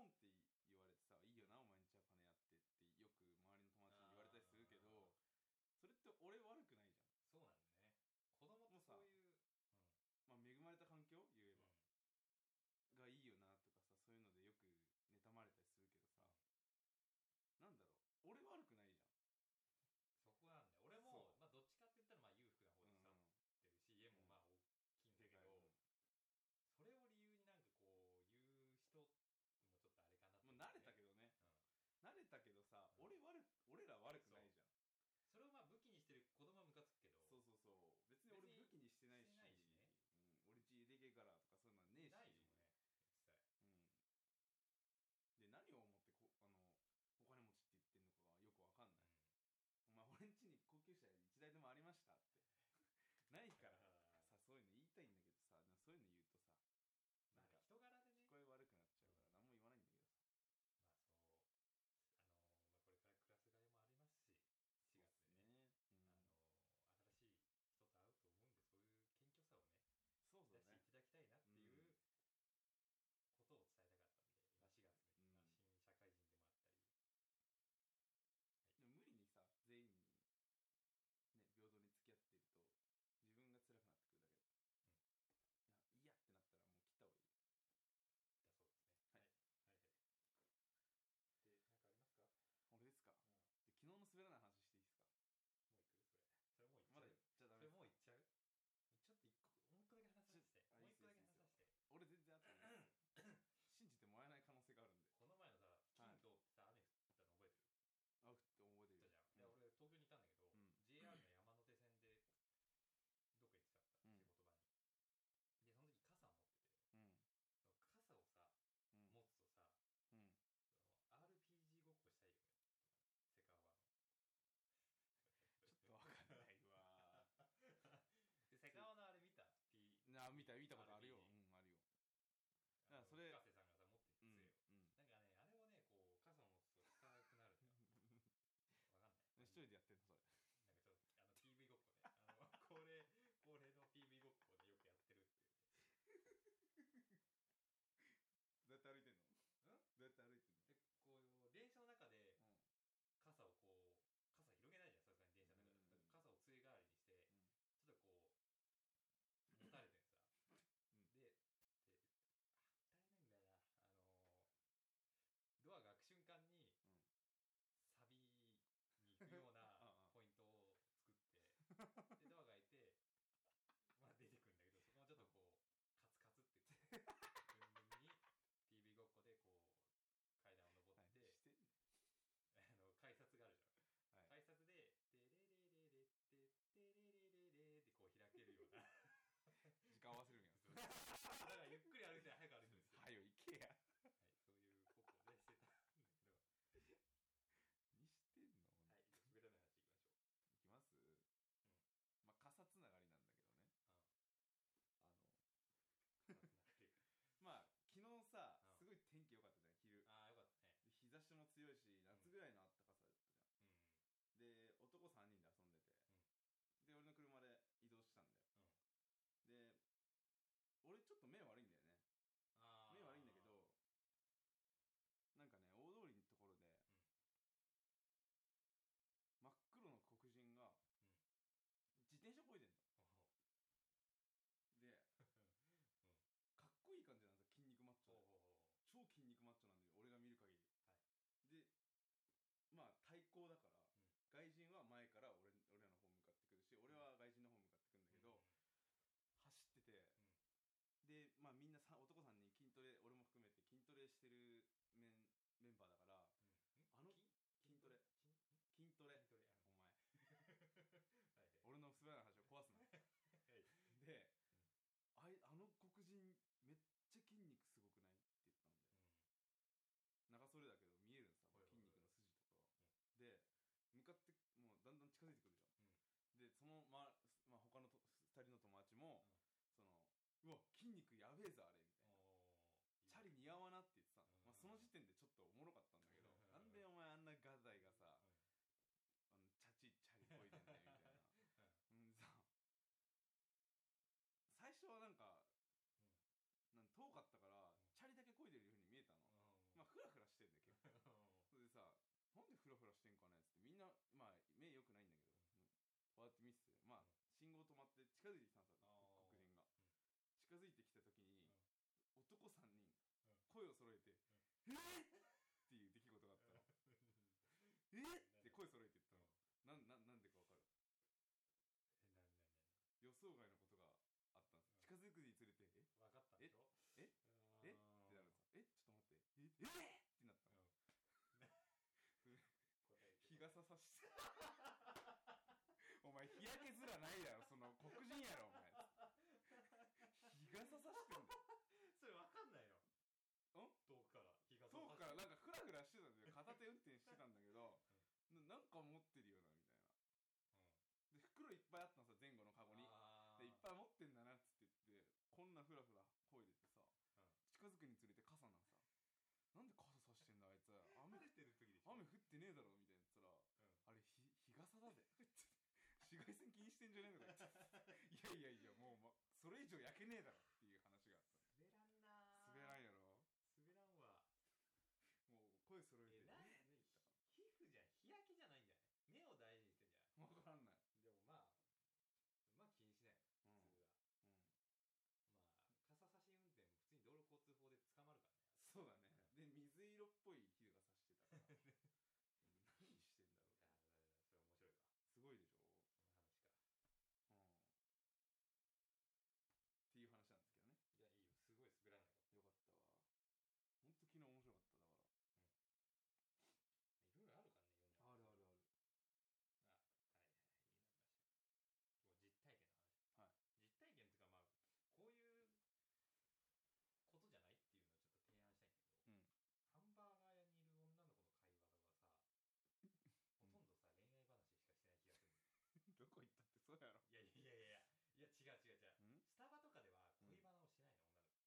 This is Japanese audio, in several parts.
ンって言われてさ、いいよなお前んちは金やってってよく周りの友達に言われたりするけど、それって俺悪くないじゃん。 そうなんだね。子供ってそういう、うん、 まあ恵まれた環境言えば、 うんがいいよなとかさ、そういうのでよく妬まれたりするけどさ、なんだろう、俺悪くないじゃん。 そこなんだよ。俺も、まあ、どっちかって言ったらまあ裕福な方で育ってるし、家もまあ大きいんだけど、それを理由になんかこう言う人もちょっとあれかなって思う、ね、もう慣れたけどね、慣れたけどさ、俺ら悪くないじゃん。 それをまあ武器にしてる子供はムカつくけど、 そう別に俺武器にしてないし、 ね、 俺家でけえからとかそういうのはねえし、 ないもんね実際。 で何を思ってお金持ちって言ってんのかがよくわかんない。お前俺ん家に高級車1台でもありましたってないからさ、そういうの言いたいんだけどさ、そういうの言うとさ、 なんか人柄でね聞こえ悪くなっちゃうから何も言わないんだけどさ、 まあそうまあ、これからクラス替えもありますし、4月でね、新しい人と会うと思うんで、そういう謙虚さをね出していただきたいなっていうことを伝えたかったんで、まあ、4月ね、まあ、新社会人でもあったり、 でも無理にさ全員にね平等に付き合っていると自分が辛くなってくるだけだから、いやってなったらもう切った方がいいよ。 だそうですね。はいはいはい。で、何かありますか？ 俺ですか？じゃ昨日の滑らない話していいですか？ もう行く？それもう行っちゃう？ まだ行っちゃダメですか？ それもう行っちゃう？ちょっともう一個だけ話させて。もう一個だけ話させて。 俺全然あって信じてもらえない可能性があるんで。 この前のさ、金土ってさ、雨降ったの覚えてる？ 覚えてるよ。 じゃん。で、俺東京にいたんだけど、JR の山手線でどっか行ってたのさ、仕事場に。で、その時傘持ってて、その傘をさ、持つとさ、その RPG ごっこしたいよね。セカオワの。 ちょっとわかんないわで、セカオワのあれ見た？ 見たことあるよ。あるよ。 だからそれ深瀬さんがさ持ってる杖を、なんかね、あれをねこう傘を持つと使わなくなるんだよわかんない。 一人でやってんのそれ？ なんかちょっとPV ごっこね、恒例の PV ごっこでよくやってるっていうね。 どうやって歩いてんの？どうやって歩いてんの？ でこう電車の中で傘をこう傘広げないじゃん、さすがに電車の中で。だから傘を杖代わりにして、ちょっとこう持たれてんさで歌えないんだよな。ドアが開く瞬間に、サビに行くようなポイントを作ってでドアが開いて、まあ、出てくるんだけど、そこもちょっとこうカツカツってこうブンブンに PV ごっこでこう階段を上って改札があるじゃん、改札で「テレレレレテテレレレレ」ってこう開けるような時間合わせるんやだからゆっくり歩いて早く歩くんですよ。 はよ行けや。 はい、そういうごっこでしてたんだけどにしてんの？ はい、滑らない話いきましょう。 いきます？まあ傘つながりなんだけどね、 傘つながりまあ昨日さ、すごい天気良かったじゃん、昼。 よかったね。 日差しも強いし、夏ぐらいのあったかさだったじゃん。で、男3人で遊んでて、で、俺の車で移動したんだよ。で、俺ちょっと目悪いんだよね。目悪いんだけど、なんかね、大通りのところで、真っ黒の黒人が自転車こいでんの。で、かっこいい感じなんですよ、筋肉マッチョで。超筋肉マッチョなんだよ、俺が見る限り。で、まあ対抗だから、外人は前から俺らの方向かってくるし、俺は外人の方向かってくるんだけど、走ってて、で、まあみんな男さんに筋トレ、俺も含めて筋トレしてるメンバーだから、筋トレお前俺の滑らない話を壊すなで、あの黒人めっちゃ筋肉すごくないって言ったんだよ。長袖だけど見えるんさ、筋肉の筋とかが。で向かってもうだんだん近づいてくるじゃん。でそのまあ他の2人の友達もそのうわ筋肉やべえぞあれみたいな、チャリ似合わなって言ってたの。まあその時点でちょっとおもろかったんだけど、なんでお前あんなガタイがさチャリこいでんだよみたいなさ、最初はなんか遠かったからチャリだけこいでるように見えたの。まあフラフラしてんだよ結構それでさ、なんでフラフラしてんかねっつってみんなまあ目良くないんだけど、こうやって見てて、まあ信号止まって近づいてきたんですよ、黒人が、近づいてきた時に、男3人声を揃えて「えっ!」っていう出来事があったのえっ!って声揃えて言ったの。なんでか分かる？予想外のことがあったんです。近づくにつれて分かったんでしょ。 ってなるんです。ちょっと待ってってなったの。日傘さしてお前日焼け面ないだろ、その黒人やろお前日傘さしてんだよそれ分かんないの。遠くから日傘さして遠くからなんかフラフラしてたんだよ、片手運転してたんだけどなんか持ってるよなみたいな。で袋いっぱいあったのさ、前後のカゴに。でいっぱい持ってんだなっつって言って、こんなフラフラ漕いでてさ、近づくにつれて傘なんさ、なんで傘さしてんだあいつ、雨降ってねえだろみたいなやつら、あれ日傘だぜ紫外線気にしてんじゃねえのかいやいやもう、それ以上焼けねえだろっていう話があった。 滑らんな滑らんやろ。 滑らんわ。 もう声揃えて皮膚じゃん、日焼けじゃないんじゃない？目を大事にしてんじゃない？ 分からんない。 でもまあ気にしないの普通は。まあ傘差し運転も普通に道路交通法で捕まるからね。 そうだね。で水色っぽい日が差してたから何してんだろう。 それ面白いわ。 すごいでしょ。 その話か。 っていう話なんですけどね。 いやいいよ、すごい滑らないよ。 よかったわ。ほんと昨日面白かっただから。 いろいろあるからね、世の中。 ある。 はいになりました。今日実体験の話。実体験っていうか、まあこういうことじゃないっていうのをちょっと提案したいんだけど、ハンバーガー屋にいる女の子の会話がさ、ほとんどさ恋愛話しかしてない気がするどこ行ったってそうやろ。 いや違う。スタバとかでは恋バナをしないの、女の子って。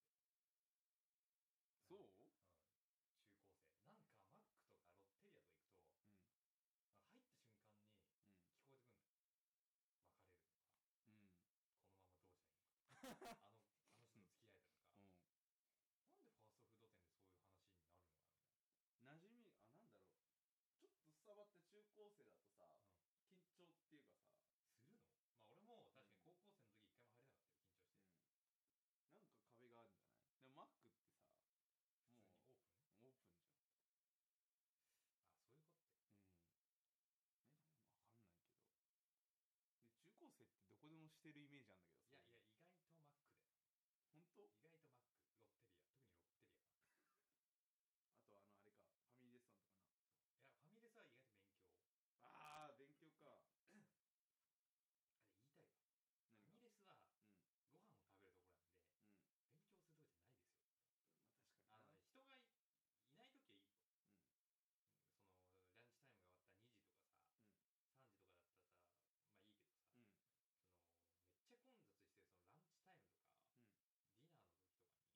そう？ 中高生なんかマックとかロッテリアとか行くと、入った瞬間に聞こえてくるのよ。別れるとか、このままどうしたらいいのかあの人と付き合えたとか、なんでファーストフード店でそういう話になるのかなみたいな。馴染みなんだろう、ちょっとスタバって中高生だとさ、緊張っていうかさするの。まあ俺も確かに高校生の時一回も入れなかったよ、緊張して。 なんか壁があるんじゃない？でもマックってさ、 普通にオープンじゃん。 あ、そういうことで。 でも分かんないけど。で中高生ってどこでもしてるイメージあるんだけど。 いや意外とマックだよ。 本当？ 意外とマック、ロッテリア、特にロッテリアかなあとあれか、ファミリーレストランとかな。 いやファミレスは意外と勉強。 勉強かあれ言いたいわ。ファミレスはご飯を食べるところなんで、勉強するとこじゃないですよ。 まあ確かに人がいない時はいいと。そのランチタイムが終わった2時とかさ、3時とかだったらさ、まあいいけどさ、そのめっちゃ混雑してるそのランチタイムとか、ディナーの時とか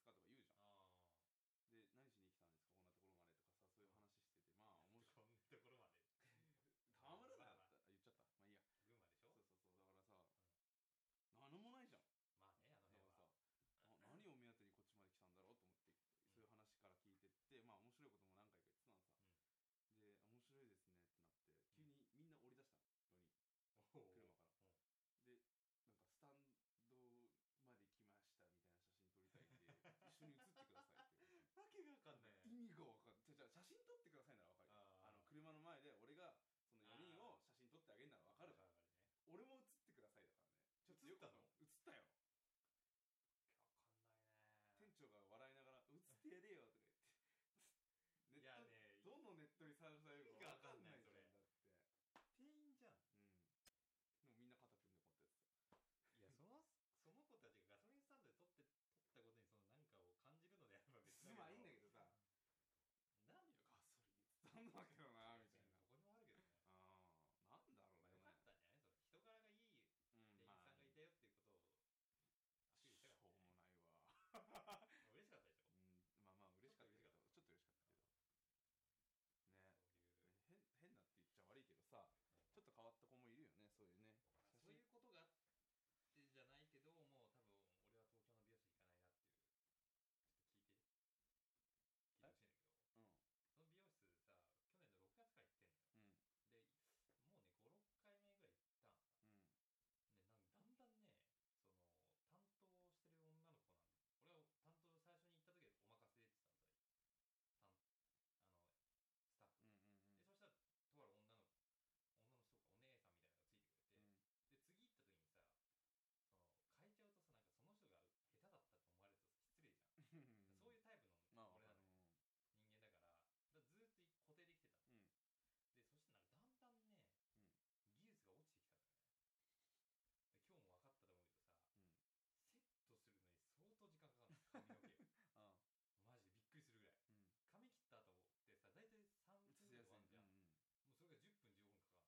かとか言うじゃん。で何しに来たんですかこんなところまでとかさ、そういう話してて、まあ面白い。 こんなところまで田村だった言っちゃった、まあいいや。 群馬でしょ。 そうだからさ、何もないじゃん。 まあね、あの辺は何を目当てにこっちまで来たんだろうと思って、そういう話から聞いてって、まあ面白いことも何回か言ってたのさ、で面白いですねってなって、急にみんな降り出したの4人、車から。でなんかスタンドまで来ましたみたいな写真撮りたいんで一緒に写ってくださいってわけがわかんない。 意味がわかんない。じゃあ写真撮ってくださいならわかるよ。車の前で俺がその4人を写真撮ってあげるならわかるじゃん。俺も写ってくださいだからね。 ちょっとよかったの？ 写ったよ。 わかんないね。 店長が笑いながら写ってやれよとか言っていやね、 どのネットにさらされるかわかんないじゃん。だって店員じゃん。 でもみんな肩組んでこうやってさ、 いやその子たちがガソリンスタンドで撮ったことにその何かを感じるのであれば別にまあいいんだけどさ、 何ガソリンに伝わんだけどなみたいな。 どこにもあるけどね。 なんだろうね。 よかったんじゃない？その人柄がいい店員さんがいたよっていうことをアピールしたかった。しょうもないわ。嬉しかったでしょ。 まあ嬉しかったけど、ちょっと嬉しかったけどね。変なって言っちゃ悪いけどさ、ちょっと変わった子もいるよね、そういうね。 そういうことがあってじゃないけど、もう多分俺は東京の美容室行かないなっていう。ちょっと聞いてほしいんだけど、その美容室さ、去年の6月から行ってんのよ。でもうね 5,6 回目ぐらい行ったんさ。でだんだんね、その担当してる女の子なんで、俺は担当最初に行った時はお任せでって言ってたのさ、スタッフ、でそしたらとある女の人かお姉さんみたいなのがついてくれて、で次行った時にさ、その変えちゃうとさ、なんかその人が下手だったと思われると失礼じゃんそういうタイプの俺なのよ、人間だから。ずっと固定できてたの、でそしてなんかだんだんね、技術が落ちてきたのよね。で今日も分かったと思うけどさ、セットするのに相当時間かかるの、髪の毛マジでびっくりするぐらい、髪切った後ってさ、大体3分で終わんじゃん、もうそれが10分15分かか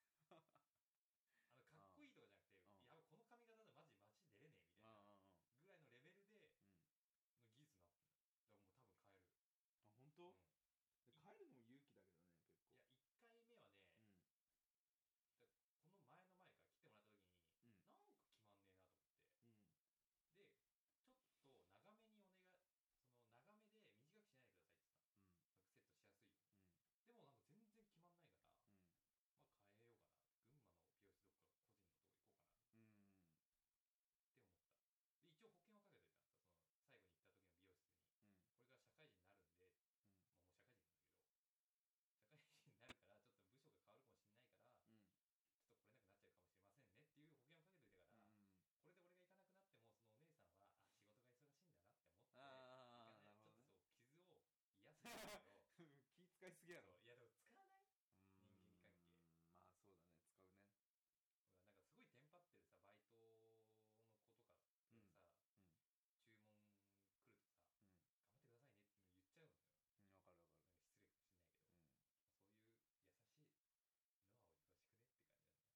るかっこいいとかじゃなくて、やばいこの髪型でマジ街出れねえみたいなぐらいのレベルでの技術になってんのよ。だからもう多分変える。 本当？変えるのも勇気だけどね、結構。 いや1回目はね、この前の前から来てもらった時に、なんか決まんねえなと思って、でちょっと長めにその長めで短くしないでくださいって言ってた、セットしやすいように。でもなんか全然決まんないから、まあ変えようかな、群馬の美容室どっか個人のとこ行こうかなって思った。で一応保険をかけといたんですよ、その最後に行った時の美容室に、これから社会人になるんで、もう社会人なんだけど、社会人になるからちょっと部署が変わるかもしれないから、ちょっと来れなくなっちゃうかもしれませんねっていう保険をかけといたから、これで俺が行かなくなってもそのお姉さんは仕事が忙しいんだなって思って行かない、ちょっとそう傷を癒すんだけど気使いすぎやろ。 いやでも使わない、人間関係。 まあそうだね、使うね。 なんかすごいテンパってるさバイトの子とかでさ、注文来るとさ、頑張ってくださいねって言っちゃうのよ。 わかるわかる。 なんか失礼かもしれないけど、そういう優しいノアをよろしくねって感じなんだよ。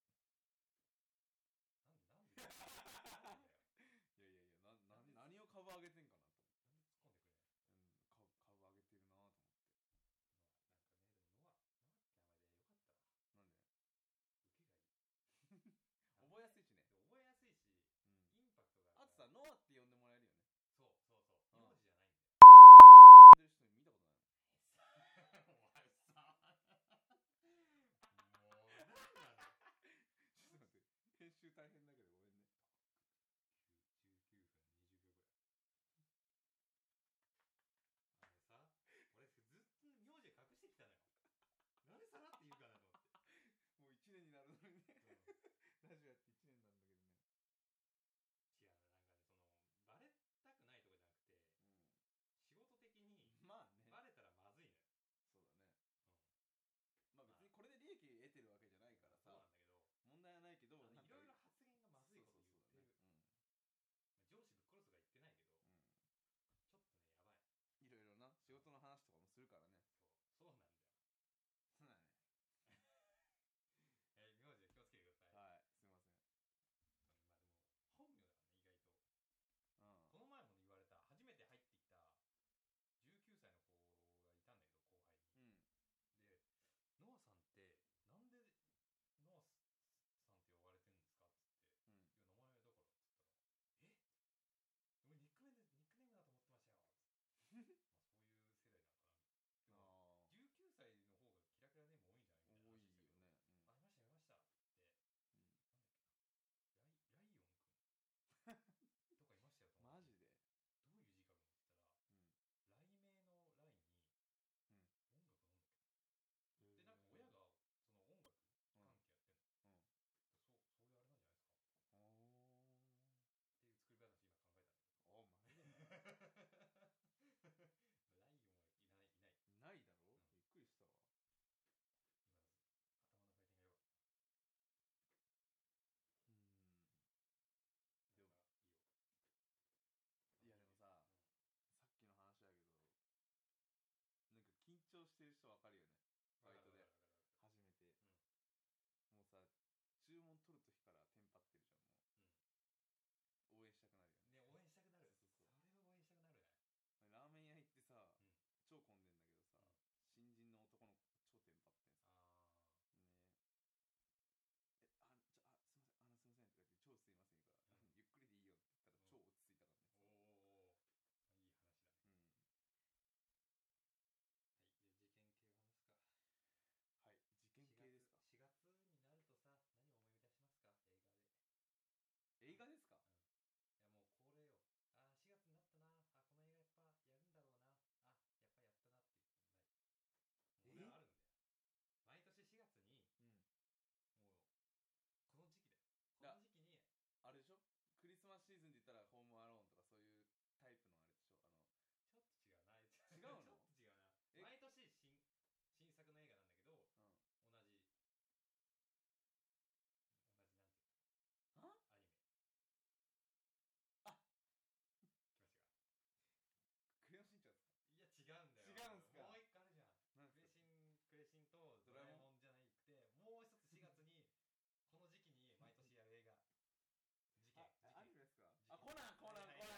なんでだよいや何を株上げてんかなと思って。 なんで突っ込んでくれないの？ 株上げてるなと思って。 ノアなんかね、でもノアって名前でよかったわ。 なんで？ 受けがいい覚えやすいしね。 覚えやすいし、インパクトがある。 あとさ、ノアって呼んでもらえるよね。 そう名字じゃないんだよ。 呼んでる人見たことないもん。 お前さもう何なのちょっと待って、編集大変だけどごめんね。 19分20秒ぐらい。さ、俺ずっと名字隠してきたのよ。なんでさらって言うかなと思って。 もう1年になるのにね、ラジオやって1年なんだけどね。 違うの、なんかね、そのバレたくないとかじゃなくて、仕事的にまあね、 バレたらまずいのよ。 そうだね。まあ別にこれで利益得てるわけじゃないからさ、 そうなんだけど、 問題はないけど、 いろいろ発言がまずいこと言ってる。上司ぶっ殺すとか言ってないけど、ちょっとねやばい。 いろいろな仕事の話とかもするからね。 そうなんだよ。 そうだね。 名字で気をつけてください。 はい、すいません。 まあでも本名だからね、意外と。この前も言われた。初めて入って人わかるよね。バイトで初めて、もうさ注文取る時からテンパってるじゃん。もう、応援したくなるよね。 応援したくなる。 そうそれは応援したくなるね。 ラーメン屋行ってさ、超混んでんだけどさ、新人の男の子が超テンパってんさ。ねえ、すいません、すいませんとか言って、超すいませんから、ゆっくりでいいよって言ったら超落ち着いたからね。 おお、いい話だね。はい、じゃあ事件系を話すか。 はい、事件系ですか。 4月になるとさ、何を思い出しますか、映画で。 映画ですか。 いやもうこれよ。4月になったな。この映画やっぱやるんだろうな。やっぱやったなっていうのない。もう俺はあるんだよ。毎年4月に、もうこの時期だよ。この時期にあれでしょ、クリスマスシーズンで言ったらホームアローンとかそういうタイプのあれでしょ。 ちょっと違うな。違うのちょっと違うな。毎年新作の映画なんだけど、同じなんて言うんだろう、アニメ。来ましたか。 クレヨンしんちゃんですか。 いや違うんだよ。 違うんすか。 もう一個あるじゃん。クレシンとドラえもんじゃなくて、もう一つ4月にこの時期に毎年やる映画。事件。 アニメですか。コナンはいはい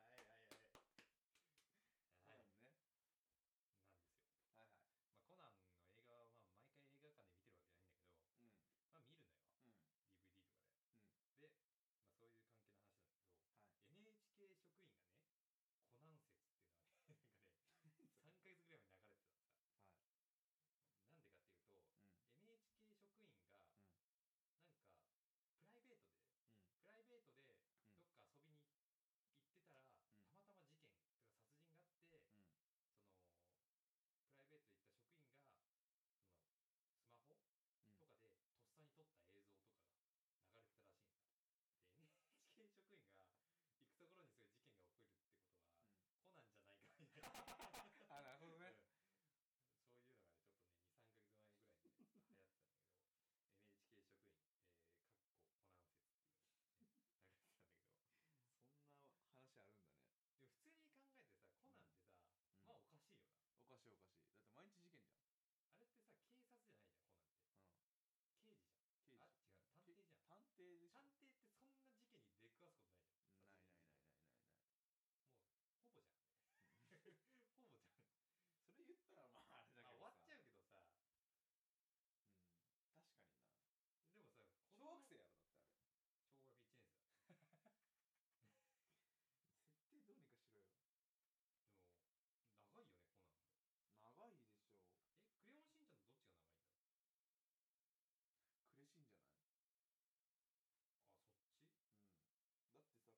ね。 なんですよ。 はいはい。 コナンの映画は毎回映画館で見てるわけじゃないんだけど、見るのよ。DVD とかで。で、そういう関係の話なんだけど、NHK 職員がね、コナン説っていうのはね、なんかね、3ヶ月ぐらい前に流れてたのさ。なんでかっていうと、NHK 職員が、なんか、プライベートでどっか遊びに行ってたら、たまたま事件とか殺人があって、その、プライベートで行った職員が、その、スマホとかでとっさに撮った映像とかが流れてたらしいんさ。で、NHK 職員が行くところにそういう事件が起こるってことは、コナンじゃないかみたいな。 なるほどね。 そういうのがね、ちょっとね、2、3ヶ月前ぐらいにね、ちょっと流行ってたんだけど、NHK 職員、かっこコナン説っていうのが、ね、流れてたんだけど。 そんな話あるんだね。 でも普通に考えてさ、コナンってさ、おかしいよな。 おかしいおかしい。だって毎日事件じゃん。 あれってさ、警察じゃないじゃん、コナンって。刑事じゃん。違う、探偵じゃん。 探偵でしょ。 探偵ってそんな事件に出くわすことないじゃん。 ない。 もう、ほぼじゃん、あれ。ほぼじゃん。 それ言ったらまああれだけどさ。 終わっちゃうけどさ。 確かにな。 でもさ、 小学生やろ、だってあれ。 小学1年生だ。 設定どうにかしろよ。 でも、長いよね、コナンも。 長いでしょう。クレヨンしんちゃんとどっちが長いんだろう。 クレシンじゃない。 そっち。 だってさ、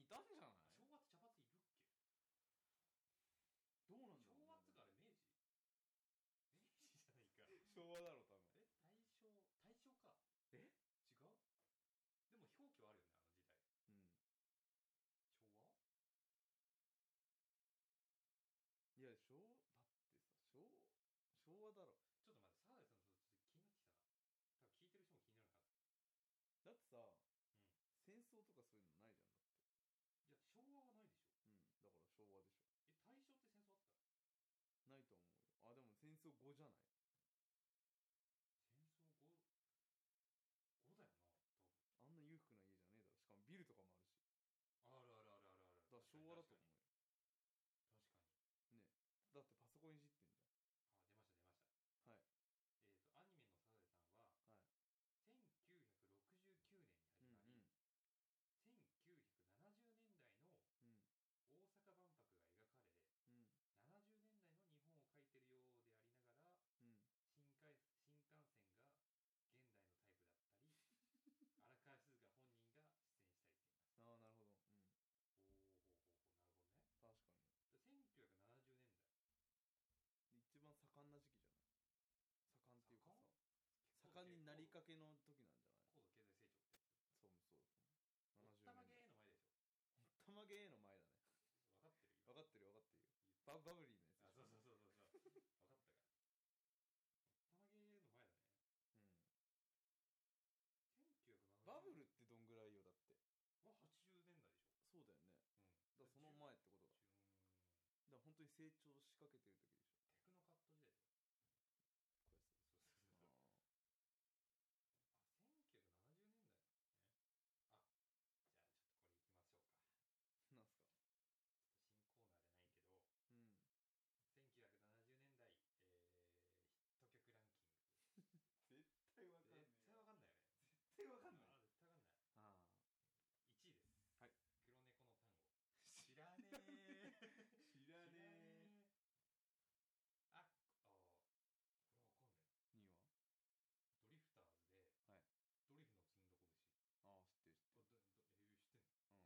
いたんじゃない？ 昭和って茶髪いるっけ？ どうなんだろう、ね、 昭和っつうかあれ明治じゃないか。 昭和だろ多分。 大正か。 違う？でも表記はあるよね、あの時代。 うん。 昭和？ いや、だってさ、昭和だろ。 ちょっと待って、サザエさんのちょっと気になってきたな。多分聞いてる人も気になるはず。 だってさ、 うん。 戦争とかそういうのないじゃん、だって。 いや、昭和はないでしょ。 うん、だから昭和でしょ。 大正って戦争あった？ ないと思うよ。あ、でも戦争後じゃない？ 戦争後だよな、多分。 あんな裕福な家じゃねえだろ。しかもビルとかもあるし。 あるあるあるあるある。 だから昭和だと思うよ。 確かに。 ね。だってパソコンいじってんじ出ました出ました。 ゃん。はい。 アニメのサザエさんは、 はい。 1969年に始まり、1970年代の大阪万博が描かれ、70年代の日本を描いてるようでありながら、新幹線が現代のタイプだったり荒川静香本人が出演したりしています。 ああ、なるほど。 なるほどね。 確かに。 1970年代一番盛んな時期じゃない？盛んっていうかさ、 盛盛んになりかけの時なんじゃない？ 高度経済成長ってやつ。 そうおったまげーの前でしょ。 おったまげーの前だね。 分かってるよ。 分かってるよ。バブリーのやつ。 そう分かったから。おったまげーの前だね。1970 バブルってどんぐらいよ？だって 80年代でしょ。 そうだよね。だからその前ってことだ。だから本当に成長しかけてる時でしょ。 テクノカット時代だよ。 これそう 1970年代なんですね。じゃあちょっとこれいきましょうか。 なんすか？ ちょっと新コーナーじゃないけど、1970年代、ヒット曲ランキング。 絶対わかんない。 絶対わかんないよね。 絶対わかんない。 絶対わかんない。1位です。 はい。 黒猫の単語。知らねえ。 知らねえ。 これわかんねえ。 2位はドリフターズで、 はい。 ドリフの積んどこ節。 知ってる。 知ってんの？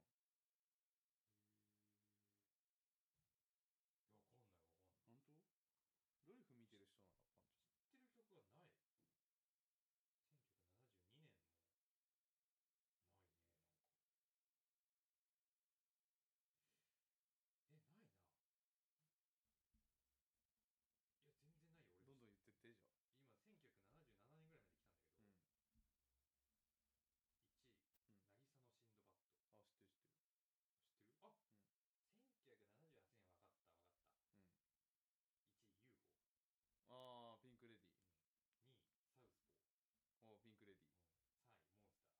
いや、わかんない。 本当？ドリフ見てる人ならパンチ。 知ってる曲がない。1972年もないね、なんか。ないな。いや、全然ないよ。俺どんどん言ってってじゃあ。 今1977年ぐらいまで来たんだけど、1位、渚のシンドバッド。 知ってる。 知ってる？1978年分かった。1位 UFO。 ピンクレディー。 2位サウスポー。ピンクレディー。 3位モンスター。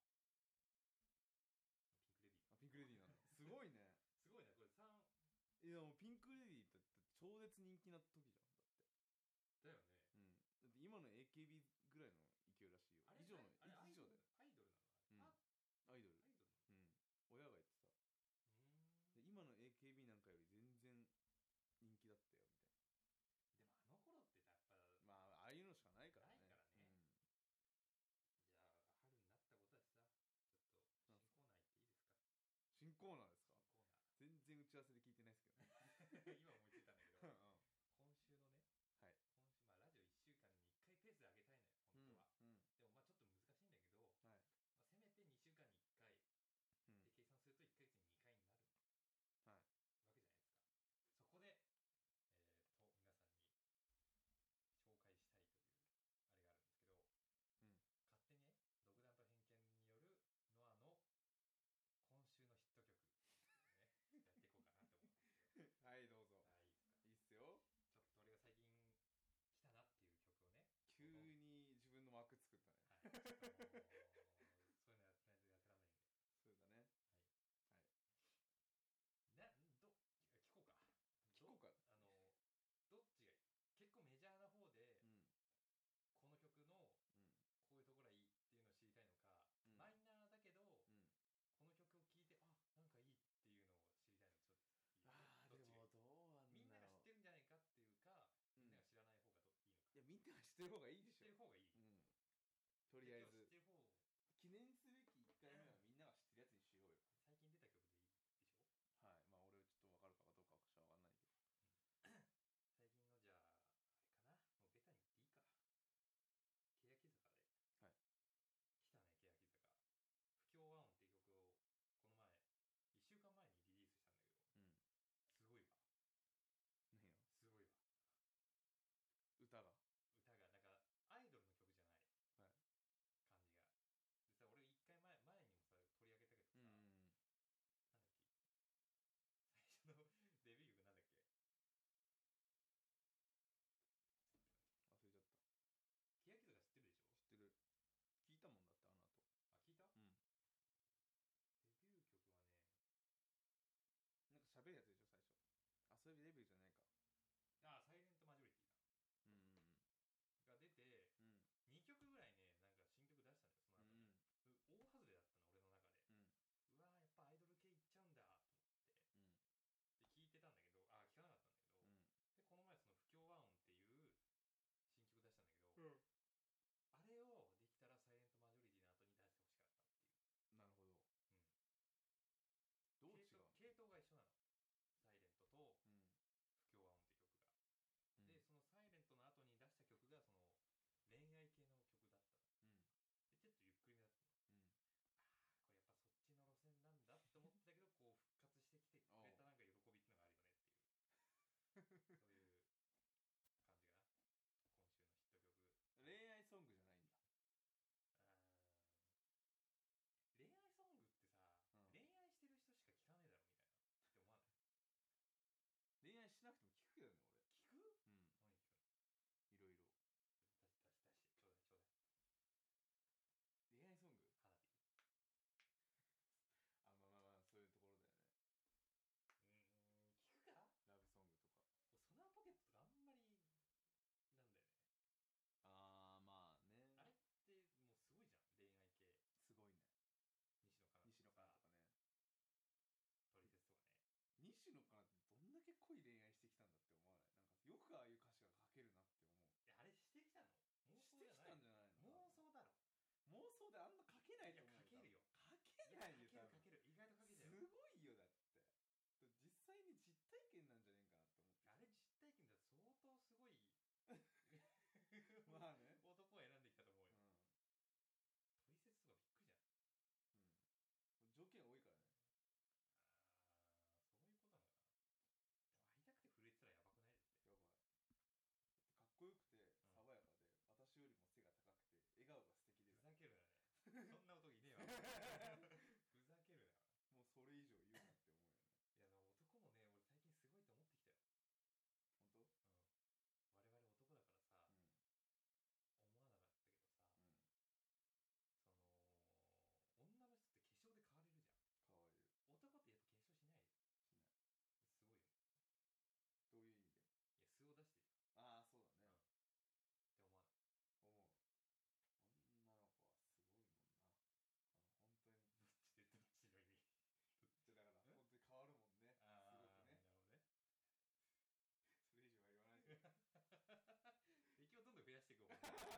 ピンクレディー。 ピンクレディーなんだ。すごいね。 すごいね。これ3。 いやもうピンクレディーって超絶人気な時じゃん。だってだよね。 だって今の AKB ぐらいの勢いらしいよ。以上だよ。 アイドルなの？ アイドルなの。親が言ってた。今の AKB なんかより全然人気だったよみたいな。でもあの頃ってさ、やっぱああいうのしかないからね。 じゃあ春になったことだしさ、ちょっと新コーナー行っていいですか？ 新コーナーですか？ 新コーナー全然打ち合わせで聞いてないですけどね。 今思いついたんだけど今週のね、今週ラジオ1週間に1回ペースで上げたいのよ本当は。でもちょっと難しいんだけど、せめて2週間に1回で計算すると1ヶ月に2回になるわけじゃないですか。そこで皆さんに紹介したいというあれがあるんですけど、勝手にね、独断と偏見によるノアの今週のヒット曲ね、やっていこうかなと思うんですけど。 はい、どうぞ。 いいですか？ いいっすよ。 ちょっと俺が最近来たなっていう曲をね、 急に自分の枠作ったね。 そういうのやってないとやってらんないんで。 そうだね。 聞こうか。どっちがいい？結構メジャーな方で、この曲のこういうところがいいっていうのを知りたいのか、マイナーだけど、この曲を聴いてなんかいいっていうのを知りたいのちょっといい。 でもどうなんだろう。 みんなが知ってるんじゃないかっていうか、みんなが知らない方がいいのか。 いや、みんなが知ってる方がいいでしょ。 知ってる方がいい。 とりあえず知ってる方。 記念すべき1回目はみんなが知ってるやつにしようよ。 最近出た曲でいいでしょ。 くああいう歌詞が書けるなって思う。 いやあれしてきたの？妄想してきたんじゃないの？ 妄想だろ。 妄想であんな書けないと思うよ。 いや書けるよ。 書けないよ。 書ける意外と書けてる。 すごいよだって。実際に実体験なんじゃねえかなって思って。 あれ実体験だと相当すごいまあね、 男を選んできたと思うよ。トリセツとかびっくりじゃん。 条件多いからね。 そういうことなのかな。でも会いたくて震えてたらやばくない？だってやばい。だってかっこよくて爽やかで、私よりも背が高くて笑顔が素敵で。 ふざけるなね。そんな男いねえわ。ふざけるな。 もうそれ以上言うなって思うよね。 いや男もね、俺最近すごいと思ってきたよ。 本当？ 我々男だからさ、思わなかったけどさ、その女の人って化粧で変われるじゃん。 変われる。 男ってやっぱ化粧しないじゃん。しない。 すごいよね。 どういう意味で？ いや素を出してじゃん。ああそうだね。 って思わない？ 思う。女の子はすごいもんな。本当に。 どっちの意味？ だから本当に変わるもんね。すごくね。 なるほどね。 それ以上は言わないで。 敵をどんどん増やしていく。や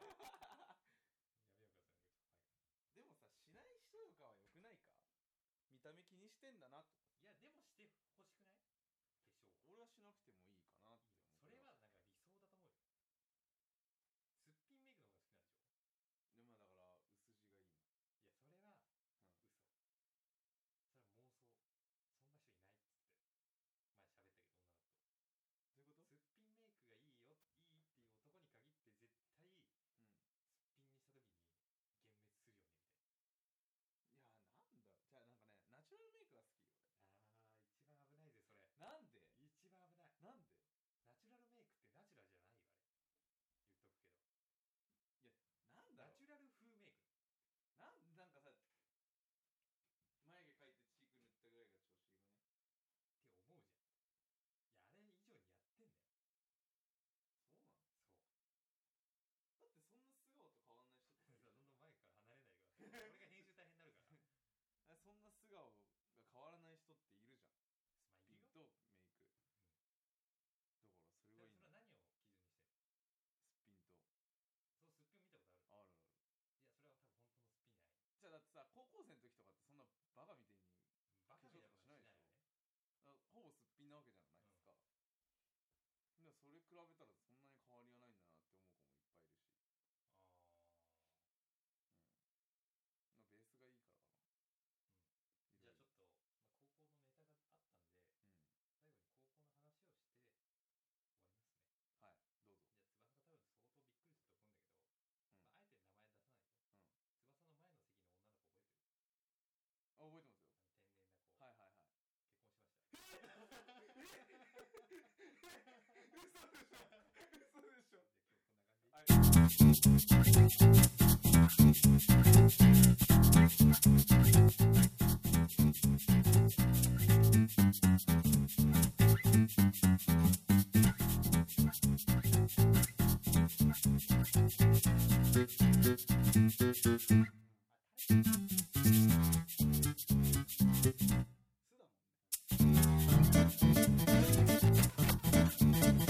めようかそれちょっと怖いから。 でもさ、しない人とかは良くないか？見た目気にしてんだなとか。 いやでもしてほしくない？化粧。 俺はしなくてもいいかなって思う。 それはなんか理想だと思うよ。すっぴんメイクの方が好きなんでしょ？ でもだから薄地がいいもん。 いやそれは嘘。それは妄想。そんな人いないっつって。前喋ったけど女の子と。 どういうこと？ すっぴんメイクがいいよ、いいっていう男に限って絶対、すっぴんにした時に幻滅するよねみたいな。いやなんだろう。じゃあなんかね、ナチュラルメイクが好きよ俺。 一番危ないぜそれ。 なんで？ 一番危ない。 なんで？ ナチュラルメイクってナチュラルじゃないよあれ。言っとくけど。 いやなんだろう。 ナチュラル風メイク。 なんかさ、眉毛描いてチーク塗ったぐらいが調子いいよねって思うじゃん。いやあれ以上にやってんだよ。 そうなの？ そう。 だってそんな素顔と変わんない人ってどんどん前から離れないでください。俺が編集大変になるからそんな素顔が変わらない人っているじゃん。 スピンとメイク、だからそれがいいんだ。 それは何を基準にしてんの？ すっぴんと。 そうすっぴん見たことある？ あるある。 いやそれは多分本当のすっぴんじゃない。 じゃあだってさ、高校生の時とかってそんなバカみたいにバカみたいなことしないでしょ。ほぼすっぴんなわけじゃないですか。でもそれ比べたらそんなに変わりはないんだなって思う子もいっぱいいるし。ベースがいいからかな。 じゃあちょっと、高校のネタがあったんで、最後に高校の話をして終わりますね。 はい、どうぞ。 じゃあ翼が多分相当びっくりすると思うんだけど、あえて名前出さないよ。翼の前の席の女の子覚えてる？ あ、覚えてますよ。 天然な子。 はいはいはい。 結婚しました。 嘘でしょ。 じゃあ今日こんな感じ。 素だもんね。